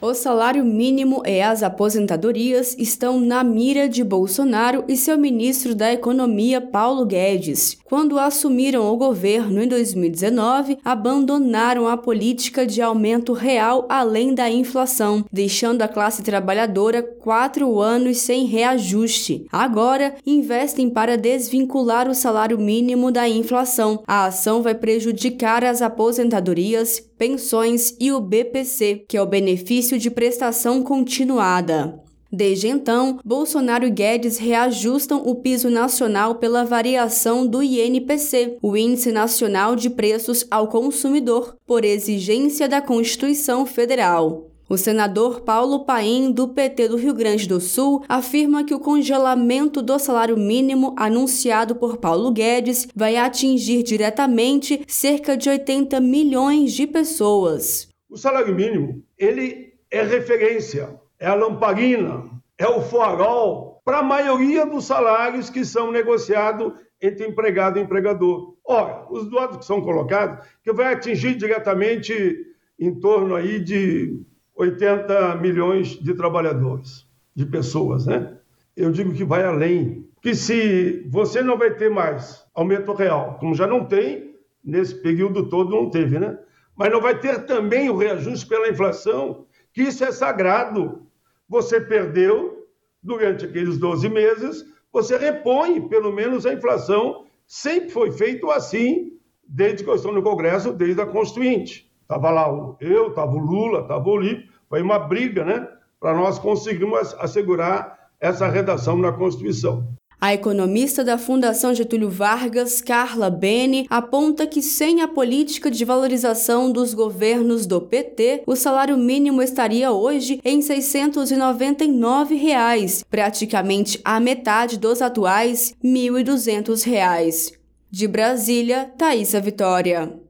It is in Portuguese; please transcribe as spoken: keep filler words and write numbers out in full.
O salário mínimo e as aposentadorias estão na mira de Bolsonaro e seu ministro da Economia, Paulo Guedes. Quando assumiram o governo em dois mil e dezenove, abandonaram a política de aumento real além da inflação, deixando a classe trabalhadora quatro anos sem reajuste. Agora, investem para desvincular o salário mínimo da inflação. A ação vai prejudicar as aposentadorias, pensões e o B P C, que é o benefício de prestação continuada. Desde então, Bolsonaro e Guedes reajustam o piso nacional pela variação do I N P C, o Índice Nacional de Preços ao Consumidor, por exigência da Constituição Federal. O senador Paulo Paim, do P T do Rio Grande do Sul, afirma que o congelamento do salário mínimo anunciado por Paulo Guedes vai atingir diretamente cerca de oitenta milhões de pessoas. O salário mínimo, ele é referência, é a lamparina, é o farol para a maioria dos salários que são negociados entre empregado e empregador. Ora, os dados que são colocados, que vai atingir diretamente em torno aí de oitenta milhões de trabalhadores, de pessoas, né? Eu digo que vai além, que se você não vai ter mais aumento real, como já não tem, nesse período todo não teve, né? Mas não vai ter também o reajuste pela inflação, que isso é sagrado. Você perdeu durante aqueles doze meses, você repõe pelo menos a inflação. Sempre foi feito assim, desde que eu estou no Congresso, desde a Constituinte. Estava lá eu, estava o Lula, estava o Olímpio, foi uma briga, né, para nós conseguirmos assegurar essa redação na Constituição. A economista da Fundação Getúlio Vargas, Carla Bene, aponta que sem a política de valorização dos governos do P T, o salário mínimo estaria hoje em seiscentos e noventa e nove reais, praticamente a metade dos atuais mil e duzentos reais. De Brasília, Thaisa Vitória.